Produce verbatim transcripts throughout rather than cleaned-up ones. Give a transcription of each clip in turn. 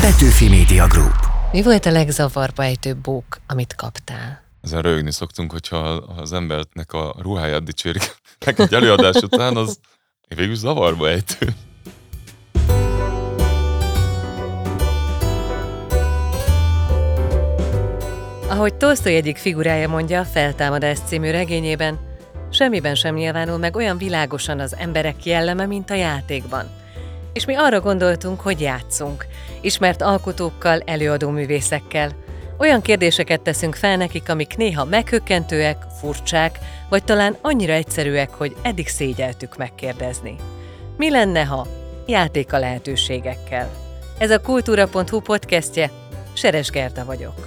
Petőfi Media Group. Mi volt a legzavarba ejtőbb bók, amit kaptál? Ezen röhögni szoktunk, hogyha az embernek a ruháját dicsérik meg egy előadás után, az végül zavarba ejtő. Ahogy Tolsztoj egyik figurája mondja a Feltámadás című regényében, semmiben sem nyilvánul meg olyan világosan az emberek jelleme, mint a játékban. És mi arra gondoltunk, hogy játszunk, ismert alkotókkal, előadó művészekkel. Olyan kérdéseket teszünk fel nekik, amik néha meghökkentőek, furcsák, vagy talán annyira egyszerűek, hogy eddig szégyeltük megkérdezni. Mi lenne, ha? Játék a lehetőségekkel. Ez a kultúra pont hu podcastje, Seres Gerda vagyok.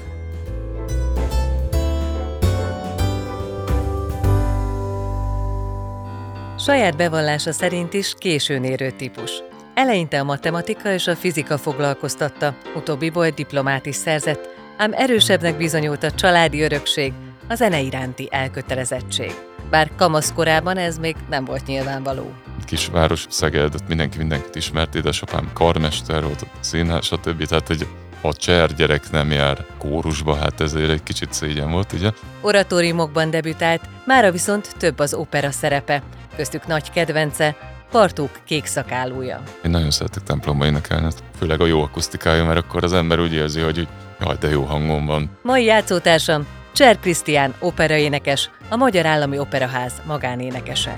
Saját bevallása szerint is későn érő típus. Eleinte a matematika és a fizika foglalkoztatta, utóbbiból diplomát is szerzett, ám erősebbnek bizonyult a családi örökség, a zene iránti elkötelezettség. Bár kamaszkorában ez még nem volt nyilvánvaló. Kisváros, Szeged, mindenki mindenkit ismert, édesapám karmester volt, színház, stb. Tehát, hogy a cser gyerek nem jár kórusba, hát ezért egy kicsit szégyen volt, ugye? Oratóriumokban debütált, mára viszont több az opera szerepe, köztük nagy kedvence, Bartók Kék szakálúja. Én nagyon szeretek templomba énekelni, főleg a jó akusztikája, mert akkor az ember úgy érzi, hogy úgy, jaj, de jó hangom van. Mai játszótársam Cser Krisztián operaénekes, a Magyar Állami Operaház magánénekese.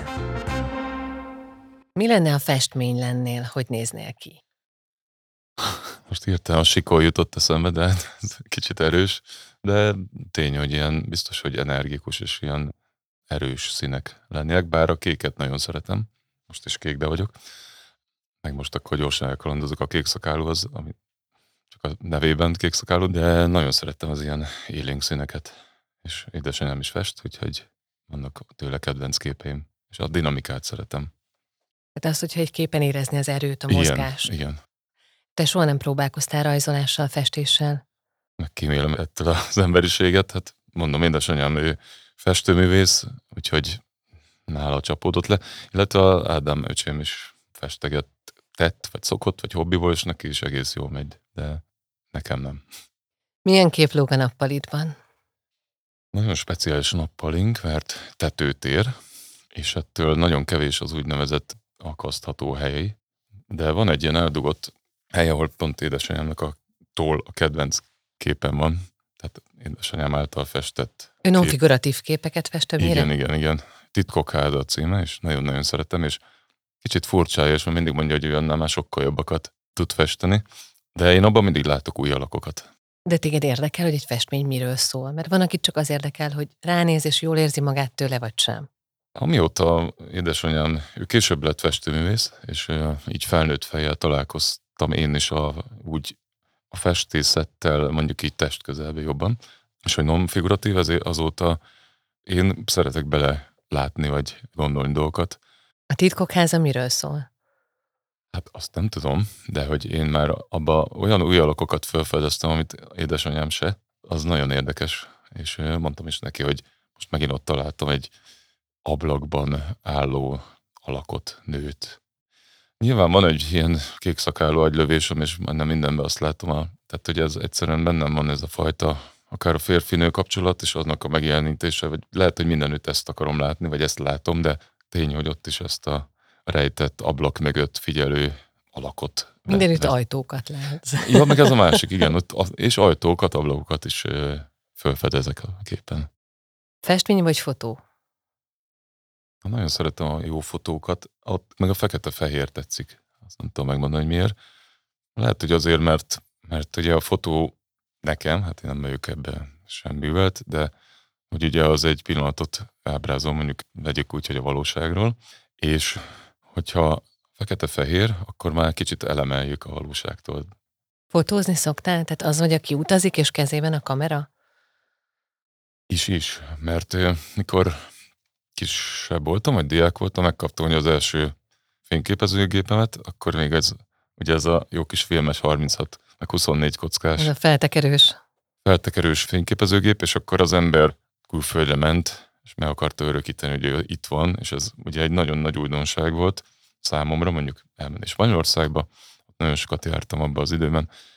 Mi lenne, ha festmény lennél, hogy néznél ki? Most hirtelen a Sikol jutott eszembe, de ez kicsit erős, de tény, hogy ilyen biztos, hogy energikus és ilyen erős színek lennének, bár a kéket nagyon szeretem, most is kékbe vagyok, meg most akkor gyorsan elkalandozok a kékszakálúhoz, ami csak a nevében kékszakálú, de nagyon szerettem az ilyen élénk színeket, és édesanyám is fest, úgyhogy vannak tőle kedvenc képeim, és a dinamikát szeretem. Tehát azt, hogyha egy képen érezni az erőt, a mozgást. Igen, igen. Te soha nem próbálkoztál rajzolással, festéssel? Megkímélem ettől az emberiséget, hát mondom, édesanyám, ő festőművész, úgyhogy nála csapódott le, illetve az Ádám öcsém is festeget tett, vagy szokott, vagy hobbiból, és neki is egész jól megy, de nekem nem. Milyen kép lóg a nappalidban? Nagyon speciális nappalink, mert tetőtér, és ettől nagyon kevés az úgynevezett akasztható hely, de van egy ilyen eldugott hely, ahol pont édesanyámnak a toll a kedvenc képen van, tehát édesanyám által festett Ön kép. figuratív képeket fest többnyire? Igen, igen, igen. Titkok háza a címe, és nagyon-nagyon szeretem, és kicsit furcsája, és mindig mondja, hogy olyan már sokkal jobbakat tud festeni, de én abban mindig látok új alakokat. De téged érdekel, hogy egy festmény miről szól? Mert van, akit csak az érdekel, hogy ránéz és jól érzi magát tőle, vagy sem. Amióta édesanyám, ő később lett festőművész, és uh, így felnőtt fejjel találkoztam én is a, úgy a festészettel, mondjuk így testközelben jobban, és hogy non figuratív, ezért azóta én szeretek bele látni, vagy gondolni dolgokat. A Titkok háza miről szól? Hát azt nem tudom, de hogy én már abba olyan új alakokat felfedeztem, amit édesanyám se, az nagyon érdekes, és mondtam is neki, hogy most megint ott találtam egy ablakban álló alakot, nőt. Nyilván van egy ilyen kékszakálú agylövésem, és nem mindenben azt látom, a, tehát hogy ez egyszerűen bennem van ez a fajta, akár a férfinő kapcsolat, és aznak a megjelenítése, vagy lehet, hogy mindenütt ezt akarom látni, vagy ezt látom, de tény, hogy ott is ezt a rejtett ablak mögött figyelő alakot. Mindenütt ve- ajtókat látsz. Ja, meg ez a másik, igen, ott, és ajtókat, ablakokat is felfedezek a képen. Festmény vagy fotó? Nagyon szeretem a jó fotókat, ott meg a fekete-fehér tetszik. Azt nem tudom megmondani, hogy miért. Lehet, hogy azért, mert, mert ugye a fotó nekem, hát én nem vagyok ebben sem művelt, de hogy ugye az egy pillanatot ábrázol, mondjuk vegyük úgy, hogy a valóságról, és hogyha fekete-fehér, akkor már kicsit elemeljük a valóságtól. Fotózni szoktál? Tehát az vagy, aki utazik, és kezében a kamera? Is is, mert mikor kisebb voltam, vagy diák voltam, megkaptam hogy az első fényképezőgépemet, akkor még ez, ugye ez a jó kis filmes harminchat, meg huszonnégy kockás. Ez a feltekerős. Feltekerős fényképezőgép, és akkor az ember külföldre ment, és meg akarta örökíteni, hogy ő itt van, és ez ugye egy nagyon nagy újdonság volt számomra, mondjuk elmenni Spanyolországba, ott nagyon sokat jártam abban az időben,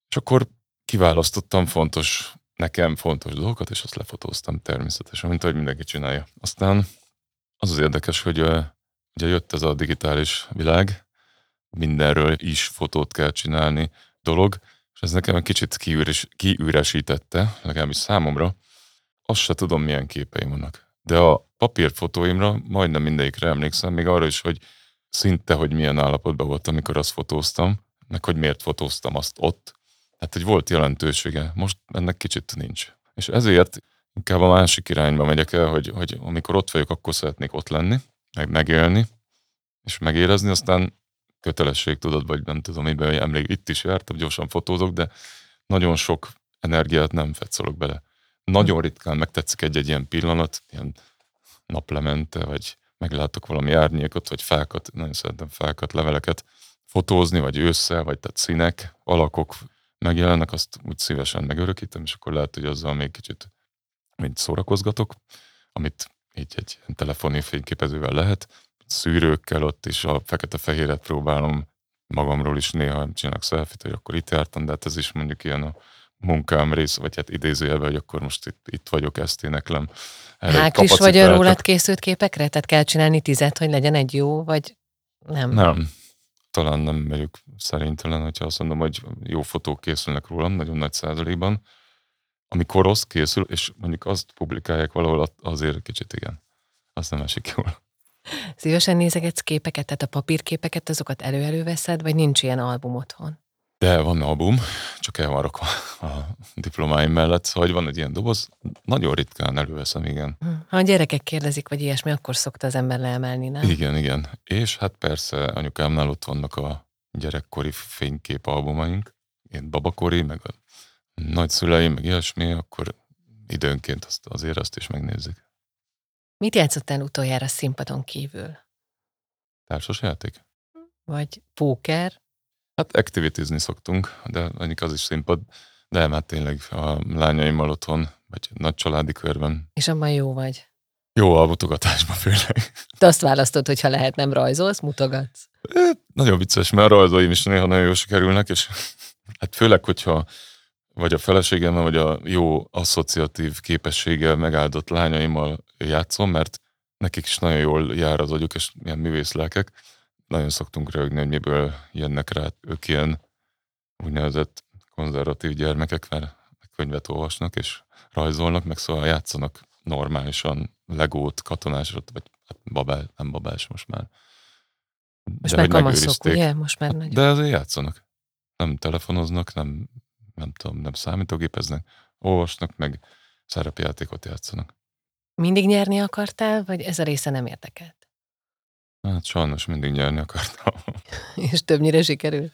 És akkor kiválasztottam fontos, nekem fontos dolgokat, és azt lefotóztam természetesen, mint ahogy mindenki csinálja. Aztán az az érdekes, hogy uh, ugye jött ez a digitális világ, mindenről is fotót kell csinálni dolog, és ez nekem egy kicsit kiüres, kiüresítette, legalábbis számomra. Azt se tudom, milyen képeim vannak. De a papírfotóimra majdnem mindegyikre emlékszem, még arra is, hogy szinte, hogy milyen állapotban voltam, amikor azt fotóztam, meg hogy miért fotóztam azt ott. Hát, hogy volt jelentősége. Most ennek kicsit nincs. És ezért inkább a másik irányba megyek el, hogy, hogy amikor ott vagyok, akkor szeretnék ott lenni, meg megélni, és megérezni, aztán kötelességtudat, vagy nem tudom, miben emlék, itt is jártam, gyorsan fotózok, de nagyon sok energiát nem fetszolok bele. Nagyon ritkán megtetszik egy-egy ilyen pillanat, ilyen naplemente, vagy meglátok valami árnyékot, vagy fákat, nagyon szeretem fákat, leveleket fotózni, vagy ősszel, vagy tehát színek, alakok megjelennek, azt úgy szívesen megörökítem, és akkor lehet, hogy azzal még kicsit mint szórakozgatok, amit így egy telefoni fényképezővel lehet, szűrőkkel ott is a fekete-fehéret próbálom magamról is néha csinálok selfie-t, hogy akkor itt jártam, de hát ez is mondjuk ilyen a munkám rész, vagy hát idézőjelben, hogy akkor most itt, itt vagyok, ezt éneklem. Háklis vagy a rólad készült képekre? Tehát kell csinálni tizet, hogy legyen egy jó, vagy nem? Nem. Talán nem vagyok szerintelen, hogyha azt mondom, hogy jó fotók készülnek rólam, nagyon nagy százalékban. Amikor rossz készül, és mondjuk azt publikálják valahol, azért kicsit igen. Az nem esik jól. Szívesen nézegetsz képeket, tehát a papírképeket, azokat elő-előveszed, vagy nincs ilyen album otthon? De van album, csak el van rakva a diplomáim mellett, szóval van egy ilyen doboz, nagyon ritkán előveszem, igen. Ha a gyerekek kérdezik, vagy ilyesmi, akkor szokta az ember leemelni, nem? Igen, igen. És hát persze anyukámnál ott vannak a gyerekkori fényképalbumaink, ilyen babakori, meg a nagyszüleim, meg ilyesmi, akkor időnként azt, azért azt is megnézzük. Mit játszottál utoljára színpadon kívül? Társasjáték? Vagy póker? Hát activitizni szoktunk, de egyik az is színpad, de hát tényleg a lányaimmal otthon, vagy nagy családi körben. És abban jó vagy? Jó a mutogatásban főleg. Te azt választod, hogyha lehet, nem rajzolsz, mutogatsz? É, nagyon vicces, mert a rajzolóim is néha nagyon jól sikerülnek, és hát főleg, hogyha vagy a feleségemmel, vagy a jó asszociatív képességgel megáldott lányaimmal játszom, mert nekik is nagyon jól jár az agyuk, és ilyen művészlelkek. Nagyon szoktunk röhögni, hogy miből jönnek rá ők ilyen úgynevezett konzervatív gyermekek, mert könyvet olvasnak, és rajzolnak, meg szóval játszanak normálisan legót, katonásot, vagy hát babás, nem babás most már. Most de már kamaszok, ugye? Most már hát, de azért játszanak. Nem telefonoznak, nem, nem tudom, nem számítógépeznek, olvasnak, meg szerepjátékot játszanak. Mindig nyerni akartál, vagy ez a része nem érdekelt? Hát sajnos mindig nyerni akartam. És többnyire sikerül?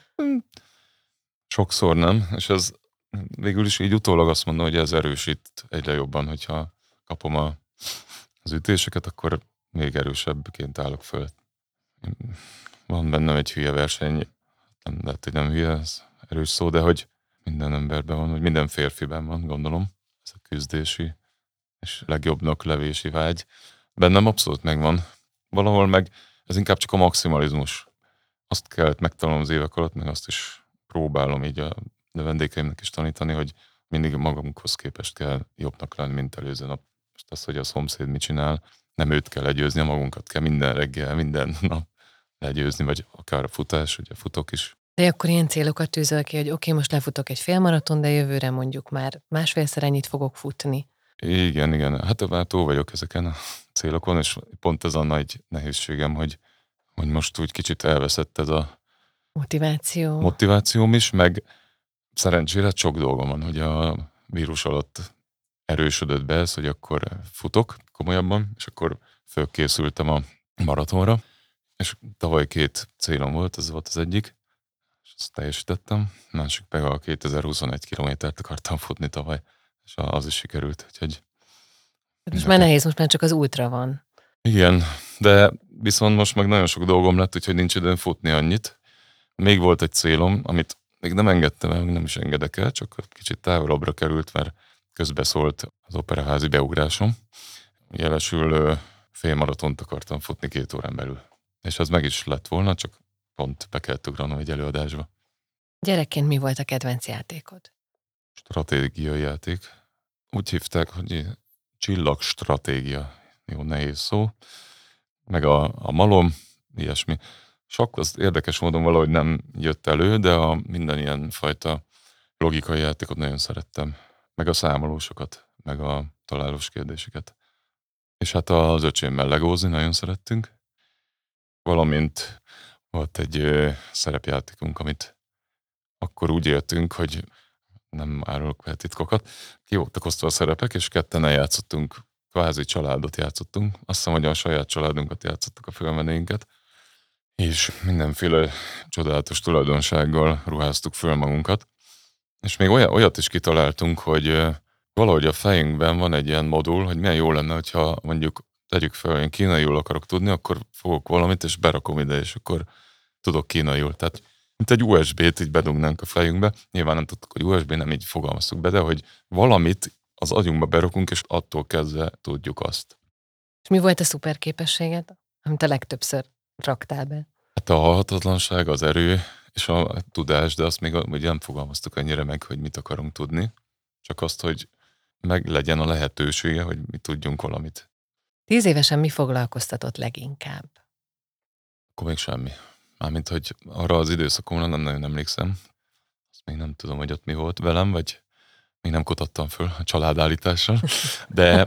Sokszor nem, és ez végül is így utólag azt mondom, hogy ez erősít egyre jobban, hogyha kapom a, az ütéseket, akkor még erősebbként állok föl. Van bennem egy hülye verseny, nem lehet, hogy nem hülye, ez erős szó, de hogy minden emberben van, hogy minden férfiben van, gondolom, ez a küzdési és legjobbnak levési vágy. Bennem abszolút megvan. Valahol meg ez inkább csak a maximalizmus. Azt kellett megtanulnom az évek alatt, meg azt is próbálom így a vendégeimnek is tanítani, hogy mindig magunkhoz képest kell jobbnak lenni, mint előző nap. Most az, hogy a szomszéd mit csinál, nem őt kell legyőzni, a magunkat kell minden reggel, minden nap legyőzni, vagy akár a futás, ugye futok is. De akkor ilyen célokat tűzöl ki, hogy oké, okay, most lefutok egy félmaraton, de jövőre mondjuk már másfélszer ennyit fogok futni. Igen, igen. Hát már túl vagyok ezeken a célokon, és pont ez a nagy nehézségem, hogy, hogy most úgy kicsit elveszett ez a motiváció. motivációm is, meg szerencsére sok dolgom van, hogy a vírus alatt erősödött be ez, hogy akkor futok komolyabban, és akkor fölkészültem a maratonra, és tavaly két célom volt, ez volt az egyik, és ezt teljesítettem, másik meg a kétezer-huszonegy kilométert akartam futni tavaly, és az is sikerült, úgyhogy... Most már nehéz, most már csak az ultra van. Igen, de viszont most meg nagyon sok dolgom lett, úgyhogy nincs időm futni annyit. Még volt egy célom, amit még nem engedtem el, nem is engedek el, csak kicsit távolabbra került, mert közbeszólt az operaházi beugrásom. Jelesül félmaratont akartam futni két órán belül. És az meg is lett volna, csak pont be kellett ugranom egy előadásba. Gyerekként mi volt a kedvenc játékod? Stratégiai játék. Úgy hívták, hogy csillagstratégia. Jó nehéz szó. Meg a, a malom, ilyesmi. Sakk az érdekes módon valahogy nem jött elő, de a minden ilyen fajta logikai játékot nagyon szerettem. Meg a számolósokat, meg a találós kérdéseket. És hát az öcsémmel legózni nagyon szerettünk. Valamint volt egy ö, szerepjátékunk, amit akkor úgy éltünk, hogy nem árulok fel titkokat, ki voltak osztva a szerepek, és ketten eljátszottunk, kvázi családot játszottunk. Azt hiszem, hogy a saját családunkat játszottak a fölmenőinket, és mindenféle csodálatos tulajdonsággal ruháztuk föl magunkat. És még olyat, olyat is kitaláltunk, hogy ö, valahogy a fejünkben van egy ilyen modul, hogy milyen jó lenne, hogyha mondjuk tegyük fel, én kínaiul akarok tudni, akkor fogok valamit, és berakom ide, és akkor tudok kínaiul. Tehát mint egy u es bé-t így bedugnánk a fejünkbe. Nyilván nem tudtuk, hogy u es bé, nem így fogalmaztuk be, de hogy valamit az agyunkba berakunk, és attól kezdve tudjuk azt. És mi volt a szuper képességed, amit a legtöbbször raktál be? Hát a halhatatlanság, az erő és a tudás, de azt még ugye nem fogalmaztuk annyira meg, hogy mit akarunk tudni. Csak azt, hogy meg legyen a lehetősége, hogy mi tudjunk valamit. Tíz évesen mi foglalkoztatott leginkább? Akkor még semmi. Mármint, hogy arra az időszakomra nem nagyon emlékszem. Azt még nem tudom, hogy ott mi volt velem, vagy még nem kutattam föl a családállítással. De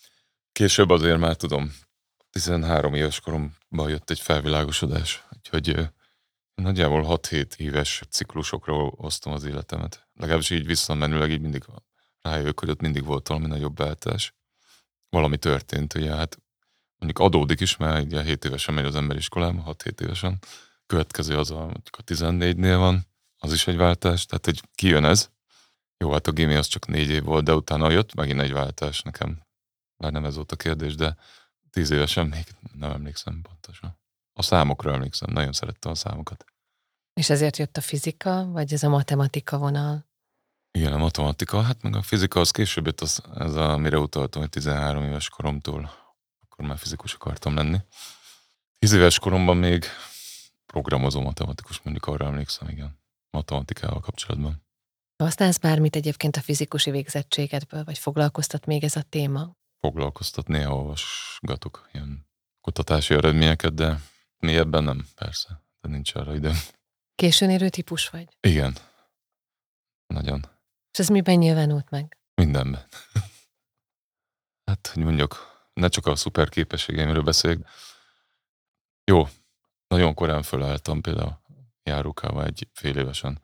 később azért már tudom, tizenhárom éves koromban jött egy felvilágosodás. Úgyhogy ö, nagyjából hat-hét éves ciklusokra osztom az életemet. Legalábbis így visszamenőleg így mindig rájövök, hogy ott mindig volt valami nagyobb váltás. Valami történt, ugye hát mondjuk adódik is, mert ugye hét évesen megy az ember iskolába, hat-hét évesen. Következő az a, mondjuk a tizennégynél van, az is egy váltás, tehát hogy kijön ez. Jó, hát a gimi az csak négy év volt, de utána jött megint egy váltás nekem. Már nem ez volt a kérdés, de tíz évesen még nem emlékszem pontosan. A számokra emlékszem, nagyon szerettem a számokat. És ezért jött a fizika, vagy ez a matematika vonal? Igen, a matematika, hát meg a fizika az később jött, az, ez a, amire utaltam, hogy tizenhárom éves koromtól, akkor már fizikus akartam lenni. tíz éves koromban még programozó matematikus, mondjuk arra emlékszem, igen, matematikával kapcsolatban. Használsz bármit egyébként a fizikusi végzettségedből, vagy foglalkoztat még ez a téma? Foglalkoztat, néha olvasgatok ilyen kutatási eredményeket, de mélyebben nem, persze, de nincs arra időm. Későn érő típus vagy? Igen, nagyon. És ez miben nyilvánult meg? Mindenben. Hát, hogy mondjuk, ne csak a szuper képességeimről beszéljek. Jó, nagyon korán fölálltam például járókával egy fél évesen.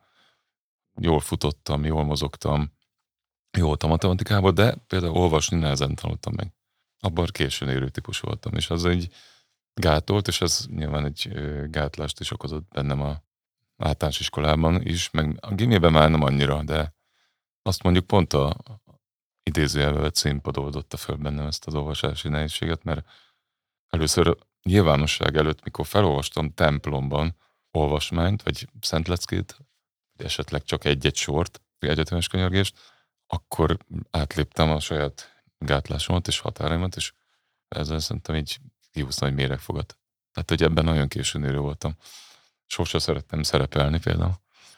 Jól futottam, jól mozogtam, jó voltam matematikában, de például olvasni nehezen tanultam meg. Abban későn érő típus voltam, és az egy gátolt, és ez nyilván egy ö, gátlást is okozott bennem a általános iskolában is, meg a gimében már nem annyira, de azt mondjuk pont a idézőjelvel vett színpad oldotta föl bennem ezt az olvasási nehézséget, mert először nyilvánosság előtt, mikor felolvastam templomban olvasmányt, vagy szentleckét, vagy esetleg csak egy-egy sort, egyetemes könyörgést, akkor átléptem a saját gátlásomat és határaimat, és ezzel szerintem így kihúztam egy méregfogat. Tehát, hogy ebben nagyon későn érő voltam. Sose szerettem szerepelni például,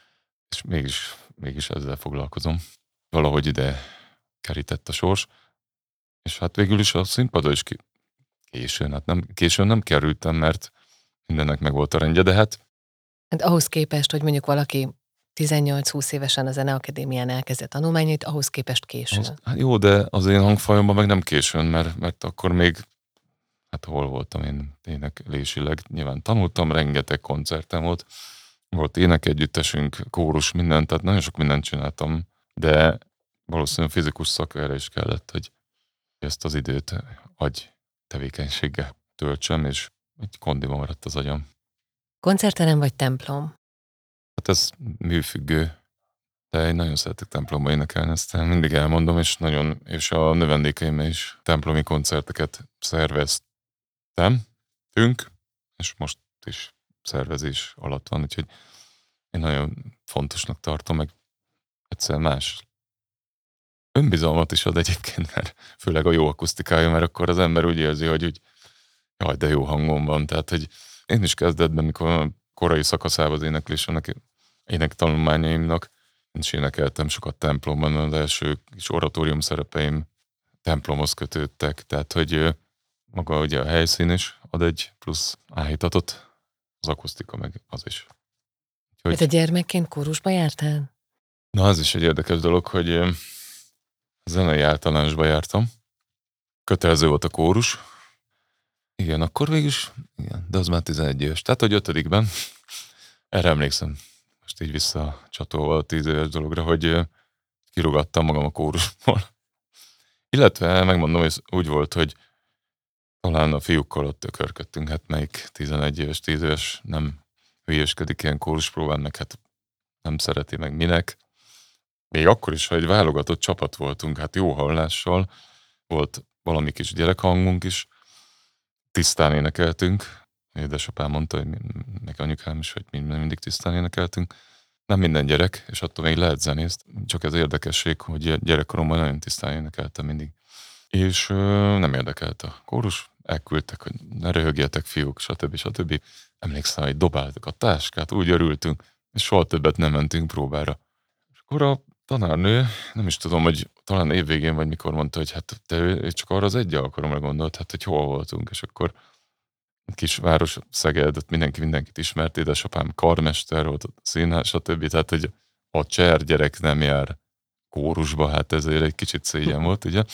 és mégis, mégis ezzel foglalkozom. Valahogy ide kerített a sors, és hát végül is a színpadon is ki... későn, hát nem, későn nem kerültem, mert mindennek meg volt a rendje, de hát... Hát ahhoz képest, hogy mondjuk valaki tizennyolc-húsz évesen a Zeneakadémián elkezdett tanulmányait, ahhoz képest későn. Az, hát jó, de az én hangfajomban meg nem későn, mert, mert akkor még, hát hol voltam én éneklésileg, nyilván tanultam, rengeteg koncertem volt, volt énekegyüttesünk, kórus, mindent, tehát nagyon sok mindent csináltam, de valószínűleg fizikus szak erre is kellett, hogy ezt az időt agy tevékenységgel töltsem, és egy kondiban maradt az agyam. Koncertterem vagy templom? Hát ez műfüggő, de én nagyon szeretek templomba énekelni, ezt mindig elmondom, és nagyon, és a növendékeimmel is templomi koncerteket szerveztem, tünk, és most is szervezés alatt van, úgyhogy én nagyon fontosnak tartom, meg egyszer más önbizalmat is ad egyébként, mert főleg a jó akusztikája, mert akkor az ember úgy érzi, hogy úgy, jaj, de jó hangom van, tehát hogy én is kezdetben, mikor korai szakaszában az éneklésnek énektanulmányaimnak. Én is énekeltem sokat templomban, az első kis oratórium szerepeim templomhoz kötődtek, tehát hogy ö, maga ugye a helyszín is ad egy plusz áhítatot, az akusztika meg az is. De te Úgyhogy, gyermekként kórusba jártál? na az is egy érdekes dolog, hogy ö, zenei általánosba jártam. Kötelező volt a kórus. Igen, akkor végül is, igen, de az már tizenegy éves. Tehát, hogy ötödikben, erre emlékszem, most így visszacsatolva a tíz éves dologra, hogy ö, kirúgattam magam a kórusból. Illetve megmondom, hogy ez úgy volt, hogy talán a fiúkkal ott tökörködtünk, hát melyik tizenegy éves, tíz éves nem hülyéskedik ilyen kóruspróbán, meg hát nem szereti meg minek. Még akkor is, ha egy válogatott csapat voltunk, hát jó hallással, volt valami kis gyerekhangunk is, tisztán énekeltünk. Édesapám mondta, hogy meg anyukám is, hogy mind- mindig tisztán énekeltünk. Nem minden gyerek, és attól még lehet zenészt, csak ez érdekesség, hogy gyerekkoromban nagyon tisztán énekeltem mindig. És ö, nem érdekelt a kórus, elküldtek, hogy ne röhögjetek fiúk, stb. stb. Emlékszem, hogy dobáltuk a táskát, úgy örültünk, és soha többet nem mentünk próbára. És akkor a tanárnő, nem is tudom, hogy talán évvégén vagy mikor mondta, hogy hát te ő csak arra az egy alkalomra gondolt, hát hogy hol voltunk, és akkor kis város Szeged, ott mindenki mindenkit ismert, édesapám karmester volt, ott színház, stb. Tehát, hogy a cser gyerek nem jár kórusba, hát ezért egy kicsit szégyen volt, ugye?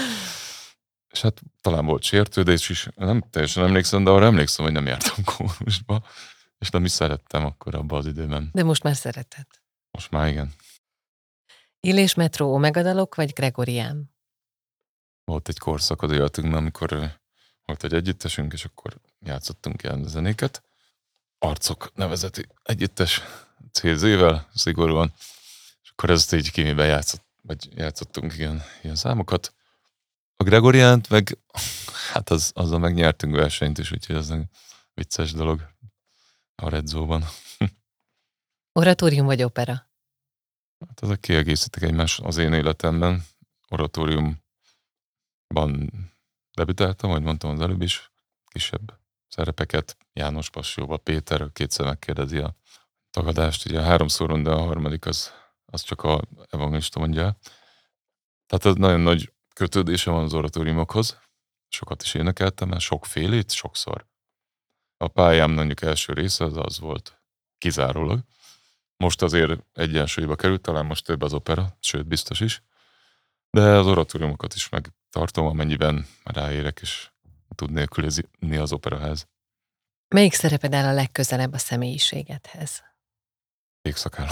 És hát talán volt sértődés is, nem teljesen emlékszem, de arra emlékszem, hogy nem jártam kórusba, és nem is szerettem akkor abban az időben. De most már szereted. Most már igen. Illés metró Omega dalok vagy Gregorián? Volt egy korszak az életünkben, amikor ö, volt egy együttesünk, és akkor játszottunk ilyen zenéket. Arcok nevezeti együttes cé zé-vel szigorúan, és akkor ezt így kimiben játszott, vagy játszottunk ilyen, ilyen számokat. A Gregoriánt meg, hát az, azzal megnyertünk versenyt is, úgyhogy az egy vicces dolog a Redzóban. Oratórium vagy opera? Hát ezek kiegészítik egymást az én életemben. Oratóriumban debütáltam, ahogy mondtam az előbb is, kisebb szerepeket. János Passió, Péter kétszer megkérdezi a tagadást, ugye a háromszoron, de a harmadik az, az csak a evangelista mondja el. Tehát ez nagyon nagy kötődése van az oratóriumokhoz. Sokat is énekeltem, mert sokfélét, sokszor. A pályám mondjuk első része az az volt kizárólag. Most azért egyensúlyba került, talán most több az opera, sőt biztos is. De az oratóriumokat is megtartom, amennyiben ráérek, és tud nélkülözni az operaház. Melyik szereped áll a legközelebb a személyiségedhez? Kékszakállam.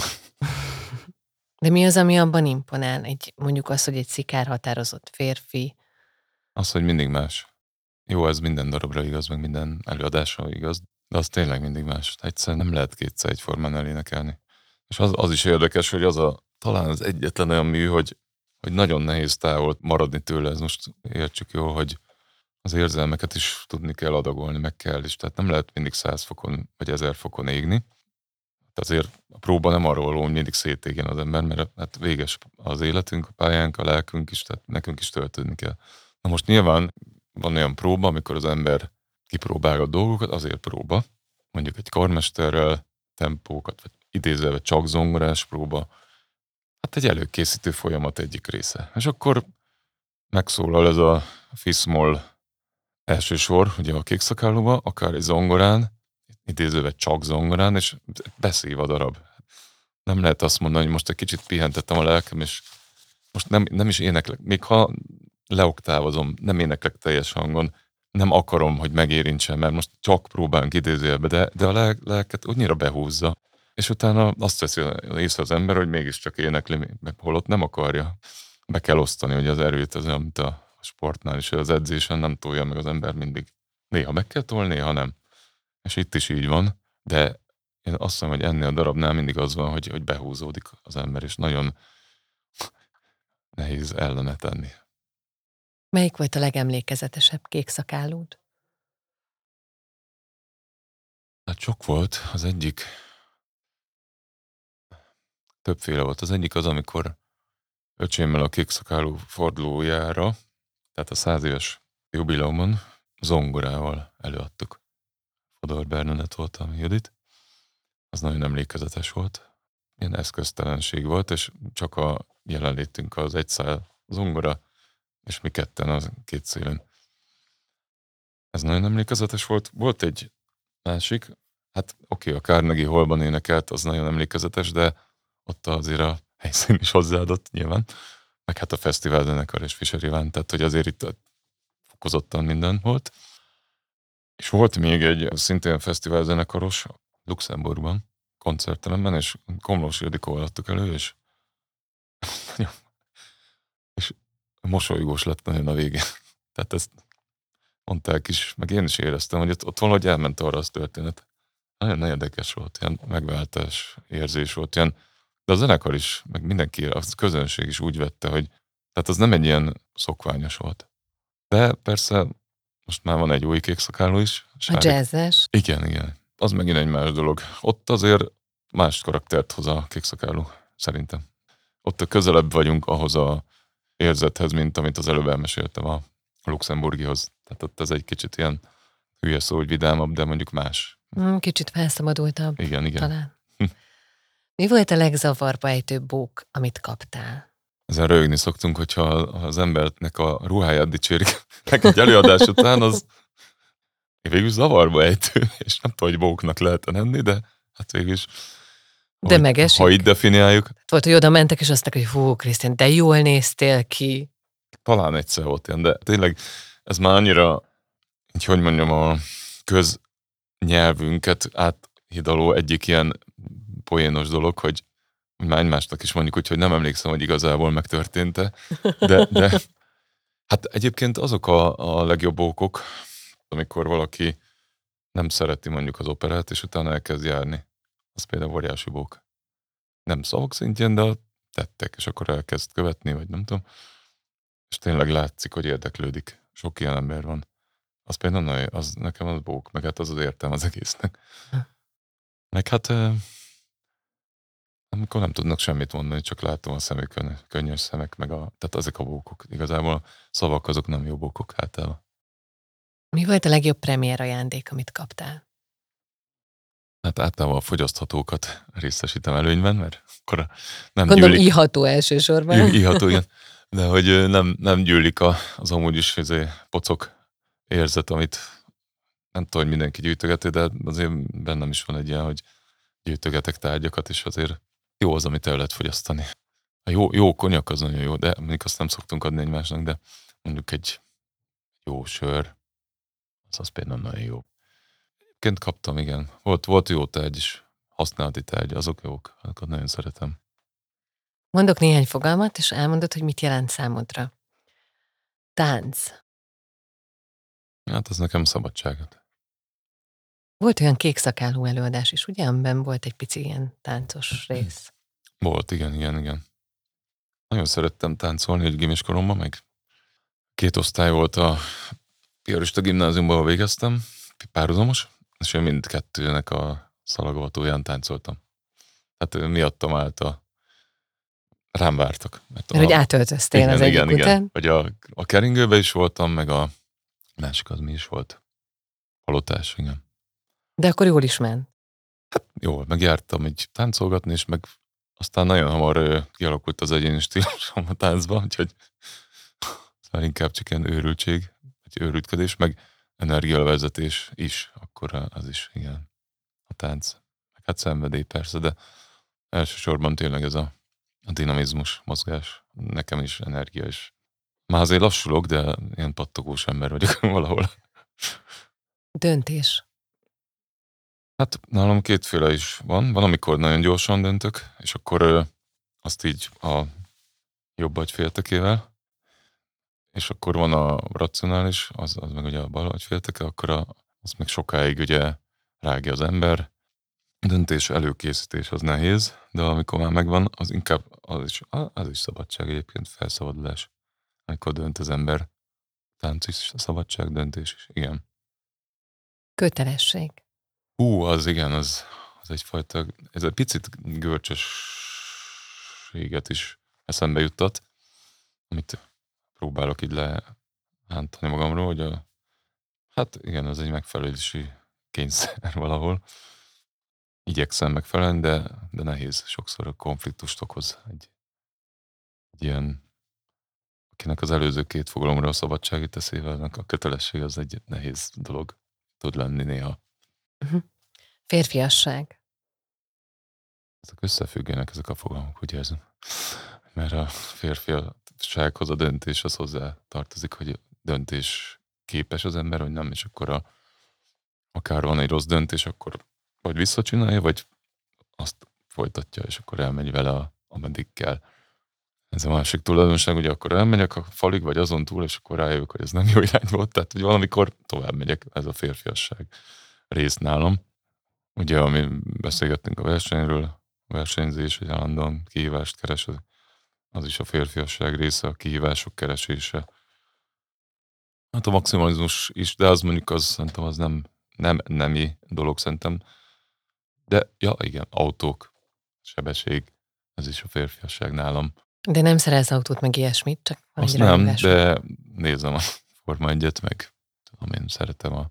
De mi az, ami abban imponál? Egy, mondjuk az, hogy egy szikár határozott férfi. Az, hogy mindig más. Jó, ez minden darabra igaz, meg minden előadásra igaz, de az tényleg mindig más. Egyszerűen nem lehet kétszer egyformán elénekelni. És az, az is érdekes, hogy az a talán az egyetlen olyan mű, hogy, hogy nagyon nehéz távol maradni tőle. Ez most értsük jól, hogy az érzelmeket is tudni kell adagolni, meg kell is. Tehát nem lehet mindig száz fokon vagy ezer fokon égni. Azért a próba nem arról való, hogy mindig szétégjen az ember, mert hát véges az életünk, a pályánk, a lelkünk is, tehát nekünk is töltődni kell. Na most nyilván van olyan próba, amikor az ember kipróbálja a dolgokat, azért próba, mondjuk egy karmesterrel tempókat, vagy idézelve csak zongorás próba, hát egy előkészítő folyamat egyik része. És akkor megszólal ez a fiszmol első sor, ugye a Kékszakálóba, akár egy zongorán, idézővel csak zongorán, és beszív a darab. Nem lehet azt mondani, hogy most egy kicsit pihentettem a lelkem, és most nem, nem is éneklek. Még ha leoktávozom, nem éneklek teljes hangon, nem akarom, hogy megérintsen, mert most csak próbálunk idézőjelbe, de, de a lel, lelket annyira behúzza. És utána azt veszi észre az ember, hogy mégiscsak énekli, holott nem akarja. Be kell osztani, hogy az erőt, az olyan, mint a sportnál is, hogy az edzésen nem tolja meg az ember mindig. Néha meg kell tolni, néha nem. És itt is így van, de én azt hiszem, hogy ennél a darabnál mindig az van, hogy, hogy behúzódik az ember, és nagyon nehéz ellene tenni. Melyik volt a legemlékezetesebb kékszakálód? Hát sok volt, az egyik többféle volt. Az egyik az, amikor öcsémmel a kékszakáló fordulójára, tehát a száz éves jubileumon zongorával előadtuk. Fodor Bernadett volt a Judit. Az nagyon emlékezetes volt. ilyen eszköztelenség volt, és csak a jelenlétünk az egy szál zongora, és mi ketten az két szélen. Ez nagyon emlékezetes volt. Volt egy másik, hát oké, a Carnegie Hallban énekelt, az nagyon emlékezetes, de ott azért a helyszín is hozzáadott nyilván, meg hát a fesztivál zenekar és Fischer Iván, tehát hogy azért itt fokozottan minden volt. És volt még egy szintén fesztivál zenekaros Luxemburgban, koncertteremben, és Komlós Ildikóval adtuk elő, és és mosolygós lett nagyon a végén. Tehát ezt mondták is, meg én is éreztem, hogy ott, ott valahogy elment arra az történet. Nagyon érdekes volt, ilyen megváltás érzés volt, ilyen, de a zenekar is, meg mindenki, a közönség is úgy vette, hogy tehát az nem egy ilyen szokványos volt. De persze most már van egy új kékszakáló is. A Sárik. jazzes. Igen, igen. Az megint egy más dolog. Ott azért más karaktert hoz a kékszakáló, szerintem. Ott a közelebb vagyunk ahhoz a érzethez, mint amit az előbb elmeséltem a luxemburgihoz. Tehát ott ez egy kicsit ilyen hülye szó, hogy vidámabb, de mondjuk más. Mm, kicsit felszabadultabb. Igen, igen. Talán. Mi volt a legzavarba ejtőbb bók, amit kaptál? Ezen röhögni szoktunk, hogyha az embernek a ruháját dicsérik egy előadás után, az végül zavarba ejtő, és nem tudom, hogy bóknak lehet lenni, de hát végül is, De ha, megesik? ha így definiáljuk. Volt, hogy oda mentek, és azt mondták, hogy hú, Krisztián, de jól néztél ki. Talán egyszer volt ilyen, de tényleg ez már annyira, így hogy mondjam, a köznyelvünket áthidaló egyik ilyen poénos dolog, hogy már egymásnak is mondjuk, úgyhogy nem emlékszem, hogy igazából megtörtént-e, de, de hát egyébként azok a, a legjobb okok, amikor valaki nem szereti mondjuk az operát, és utána elkezd járni. Az például óriási bók. Nem szavak szintjén, de a tettek, és akkor elkezd követni, vagy nem tudom. És tényleg látszik, hogy érdeklődik. Sok ilyen ember van. Az például nagy, az nekem az bók, meg hát az az értelme az egésznek. Meg hát amikor nem tudnak semmit mondani, csak látom a szemükön, könnyes szemek, meg a, tehát ezek a bókok. Igazából a szavak azok nem jó bókok általában. Mi volt a legjobb premier ajándék, amit kaptál? Hát általában a fogyaszthatókat részesítem előnyben, mert akkor nem Gondolom, gyűlik. iható elsősorban. Iható, igen. De hogy nem, nem gyűlik a, az amúgy is izé, pocok érzet, amit nem tudom, hogy mindenki gyűjtögeti, de azért bennem is van egy ilyen, hogy gyűjtögetek tárgyakat, és azért jó az, amit el lehet fogyasztani. A jó, jó konyak az nagyon jó, de mondjuk azt nem szoktunk adni egymásnak, de mondjuk egy jó sör, az az például nagyon jó. Egyébként kaptam, igen. Volt, volt jó tárgy is, használati tárgy, azok jók, azokat nagyon szeretem. Mondok néhány fogalmat, és elmondod, hogy mit jelent számodra. Tánc. Hát az nekem szabadságot. Volt olyan kékszakálú előadás is, ugye? Amiben volt egy pici ilyen táncos rész. Volt, igen, igen, igen. Nagyon szerettem táncolni egy gimis koromban, meg két osztály volt a piarista gimnáziumban, ahol végeztem, párhuzamos, és én mindkettőnek a szalagavatóján táncoltam. Tehát miattam állt a... Rám vártak. Mert a... hogy átöltöztél igen, az egyik igen, után. Igen. Vagy a, a keringőbe is voltam, meg a másik az mi is volt. Palotás, igen. De akkor jól is ment. Hát jól, megjártam így táncolgatni, és meg aztán nagyon hamar ö, kialakult az egyéni stílusom a táncban, úgyhogy szóval inkább csak ilyen őrültség, vagy őrültködés, meg energiavezetés is, akkor az is, igen, a tánc. Meg hát szenvedély persze, de elsősorban tényleg ez a, a dinamizmus, mozgás, nekem is energia is. Már azért lassulok, de ilyen pattogós ember vagyok valahol. Döntés. Hát nálam kétféle is van. Van, amikor nagyon gyorsan döntök, és akkor ö, azt így a jobb agyféltekével, és akkor van a racionális, az, az meg ugye a bal agyfélteke, akkor a, az meg sokáig ugye rágja az ember. A döntés előkészítés az nehéz, de amikor már megvan, az inkább az is, az is szabadság egyébként, felszabadulás. Amikor dönt az ember, tánc is szabadság, döntés is, igen. Kötelesség. Hú, az igen, az, az egyfajta, ez egy picit görcsösséget is eszembe juttat, amit próbálok így lehántani magamról, hogy a, hát igen, az egy megfelelési kényszer valahol. igyekszem megfelelni, de, de nehéz. Sokszor a konfliktust okoz egy, egy ilyen, akinek az előző két fogalomra a szabadsági teszével, a kötelesség az egy nehéz dolog tud lenni néha. Uh-huh. Férfiasság. Ezek összefüggőnek ezek a fogalmak, úgy érzem. Mert a férfiassághoz a döntés az hozzá tartozik, hogy döntés képes az ember, vagy nem, és akkor a, akár van egy rossz döntés, akkor vagy visszacsinálja, vagy azt folytatja, és akkor elmegy vele, a, ameddig kell. Ez a másik tulajdonság, ugye akkor elmegyek a falig, vagy azon túl, és akkor rájövök, hogy ez nem jó irány volt, tehát hogy valamikor tovább megyek, ez a férfiasság rész nálam. Ugye, ami beszélgettünk a versenyről, a versenyzés, hogy állandóan kihívást keres, az is a férfiasság része, a kihívások keresése. Hát a maximalizmus is, de az mondjuk az szerintem az nem, nem nemi dolog szerintem. De ja, igen, autók, sebesség, ez is a férfiasság nálam. De nem szerelsz autót, meg ilyesmit, csak van Azt egy nem, rajongásod. de nézem a Forma egyet, meg tudom én, szeretem a,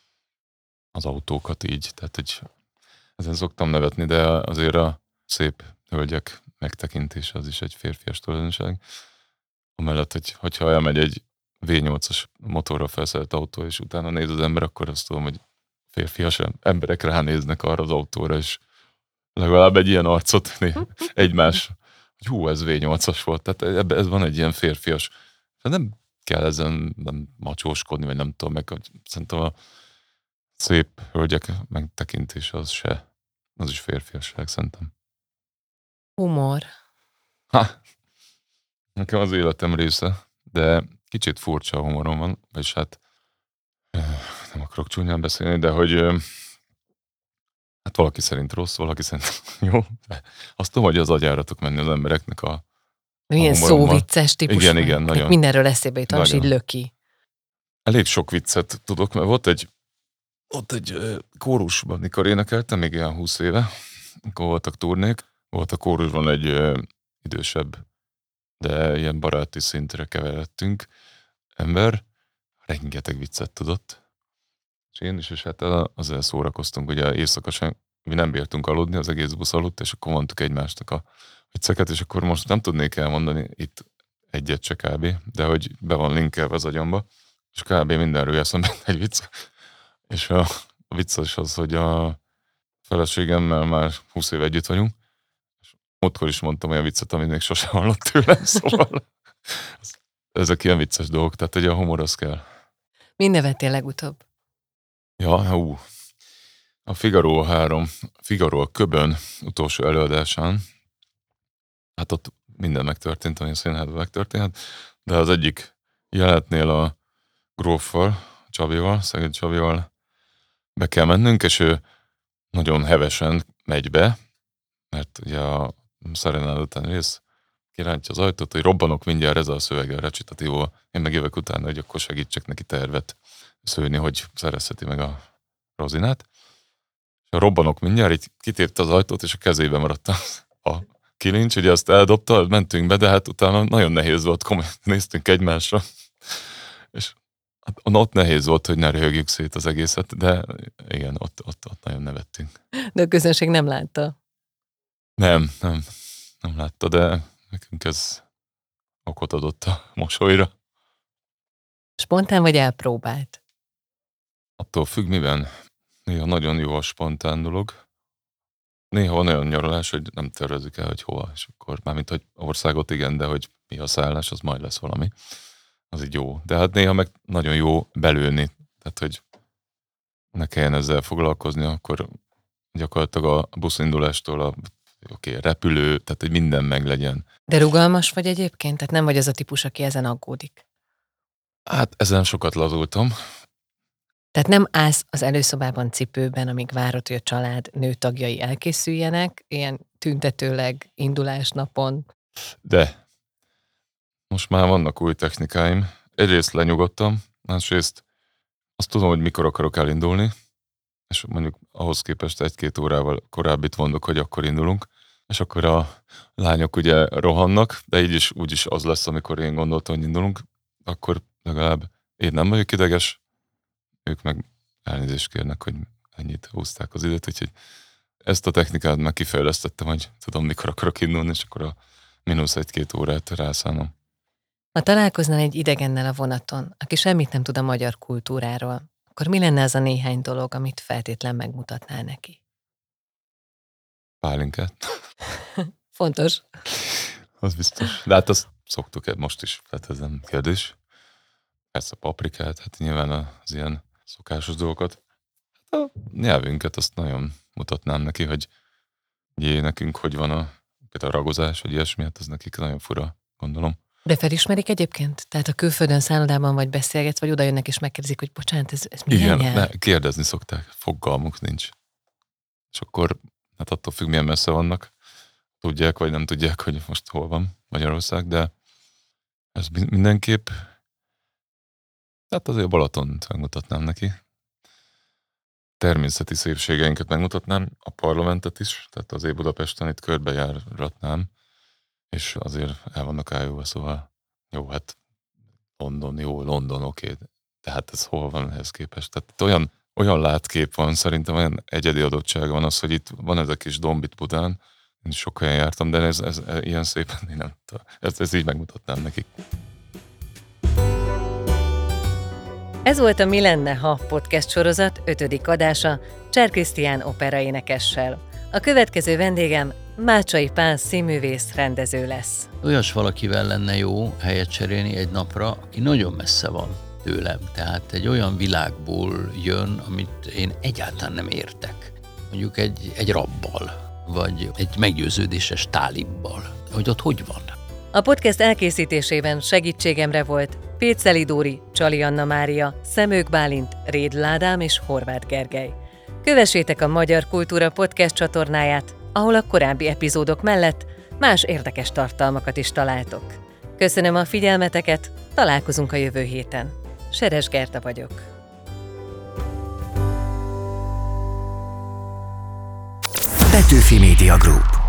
az autókat így, tehát hogy ezen szoktam nevetni, de azért a szép hölgyek megtekintése az is egy férfias tulajdonság. Amellett, hogy, hogyha elmegy egy vé nyolcas motorra felszerelt autó, és utána néz az ember, akkor azt tudom, hogy férfias emberek ránéznek arra az autóra, és legalább egy ilyen arcot néz egymás, hogy hú, ez vé nyolcas volt. Tehát ebben ez van egy ilyen férfias. Nem kell ezen nem macsóskodni, vagy nem tudom meg, hogy szerintem a szép hölgyek megtekintése az se, az is férfiasság szerintem. Humor. Ha! Nekem az életem része, de kicsit furcsa a humorom van, vagyis hát nem akarok csúnyán beszélni, de hogy hát valaki szerint rossz, valaki szerint jó. De azt tudom, hogy az agyáratok menni az embereknek a, a Milyen humorommal. szóvicces típus. Igen, vagy. igen, nagyon. Mindenről eszébe jut, és így Nagyon. löki. Elég sok viccet tudok, mert volt egy, ott egy uh, kórusban, mikor énekeltem, még ilyen húsz éve, akkor voltak turnék, volt a kórusban egy uh, idősebb, de ilyen baráti szintre keveredtünk ember, rengeteg viccet tudott. És én is, és hát azzal szórakoztunk, ugye éjszakasan mi nem bírtunk aludni, az egész busz aludt, és akkor mondtuk egymásnak a vicceket, és akkor most nem tudnék elmondani itt egyet se kb, de hogy be van linkelve az agyamba, és kb mindenről eszembe egy vicc. És a, a vicces az, hogy a feleségemmel már húsz éve együtt vagyunk, és múltkor is mondtam olyan viccet, amit még sosem hallott tőlem, szóval ezek ilyen vicces dolgok, tehát hogy a humor az kell. Mi nevettél legutóbb? Ja, hú. A Figaro három, Figaro a Köbön utolsó előadásán, hát ott minden megtörtént, ami a színházban megtörtént, de az egyik jelenetnél a gróffal, Csabival, Szegedi Csabival be kell mennünk, és ő nagyon hevesen megy be, mert ugye a szerenád után rész kirántja az ajtót, hogy robbanok mindjárt ez a szövege, a recitativo, én meg jövök utána, hogy akkor segítsek neki tervet szőni, hogy szerezheti meg a rozinát. És a robbanok mindjárt, így kitépte az ajtót, és a kezében maradt a, a kilincs, ugye azt eldobta, mentünk be, de hát utána nagyon nehéz volt, komoly, néztünk egymásra, és ott nehéz volt, hogy ne röhögjük szét az egészet, de igen, ott, ott, ott nagyon nevettünk. De a közönség nem látta. Nem, nem, nem látta, de nekünk ez okot adott a mosolyra. Spontán vagy elpróbált? Attól függ, miben. Néha nagyon jó a spontán dolog. Néha van olyan nyaralás, hogy nem tervezzük el, hogy hova, és akkor mármint, hogy országot igen, de hogy mi a szállás, az majd lesz valami. Az így jó. De hát néha meg nagyon jó belőni. Tehát, hogy ne kelljen ezzel foglalkozni, akkor gyakorlatilag a buszindulástól a oké, okay, repülő, tehát hogy minden meg legyen. De rugalmas vagy egyébként? Tehát nem vagy az a típus, aki ezen aggódik? Hát ezen sokat lazultam. Tehát nem állsz az előszobában cipőben, amíg várod, hogy a család nőtagjai elkészüljenek, ilyen tüntetőleg indulásnapon. De most már vannak új technikáim. Egyrészt lenyugodtam, másrészt azt tudom, hogy mikor akarok elindulni, és mondjuk ahhoz képest egy-két órával korábbit mondok, hogy akkor indulunk, és akkor a lányok ugye rohannak, de így is úgyis az lesz, amikor én gondoltam, hogy indulunk, akkor legalább én nem vagyok ideges, ők meg elnézést kérnek, hogy ennyit húzták az időt, úgyhogy ezt a technikát meg kifejlesztettem, hogy tudom, mikor akarok indulni, és akkor a mínusz egy-két órát rászállom. Ha találkoznál egy idegennel a vonaton, aki semmit nem tud a magyar kultúráról, akkor mi lenne az a néhány dolog, amit feltétlen megmutatnál neki? Pálinkát. Fontos. Az biztos. De hát azt szoktuk most is, tehát ez nem kérdés. Persze a paprikát, hát nyilván az ilyen szokásos dolgokat. Hát a nyelvünket azt nagyon mutatnám neki, hogy jé, nekünk hogy van a, például a ragozás, vagy ilyesmi, hát az nekik nagyon fura, gondolom. De felismerik egyébként? Tehát a külföldön szállodában vagy beszélgetsz, vagy oda jönnek és megkérdezik, hogy bocsánat, ez, ez milyen Igen, nyelv? ne, kérdezni szokták, fogalmuk nincs. És akkor, hát attól függ, milyen messze vannak, tudják, vagy nem tudják, hogy most hol van Magyarország, de ez mindenképp, hát azért Balatont megmutatnám neki. Természeti szépségeinket megmutatnám, a parlamentet is, tehát azért Budapesten itt körbejáratnám, és azért el vannak ájulva, szóval jó, hát London, jó, London, oké, okay, tehát ez hol van ehhez képest? Tehát olyan, olyan látkép van, szerintem olyan egyedi adottsága van az, hogy itt van ez a kis domb itt Budán, én sok helyen jártam, de ez, ez, ez ilyen szépen, én nem tudom, ezt, ezt így megmutatnám nekik. Ez volt a Mi lenne, ha podcast sorozat ötödik adása Cser Krisztián operaénekessel. A következő vendégem Mácsai Pál színművész rendező lesz. Olyas valakivel lenne jó helyet cserélni egy napra, aki nagyon messze van tőlem. Tehát egy olyan világból jön, amit én egyáltalán nem értek. Mondjuk egy, egy rabbal, vagy egy meggyőződéses tálibbal. Hogy ott hogy van? A podcast elkészítésében segítségemre volt Péceli Dóri, Csali Anna Mária, Szemők Bálint, Rédl Ádám és Horváth Gergely. Kövessétek a Magyar Kultúra Podcast csatornáját, ahol a korábbi epizódok mellett más érdekes tartalmakat is találtok. Köszönöm a figyelmeteket, találkozunk a jövő héten. Seres Gerta vagyok. Petőfi Media Group.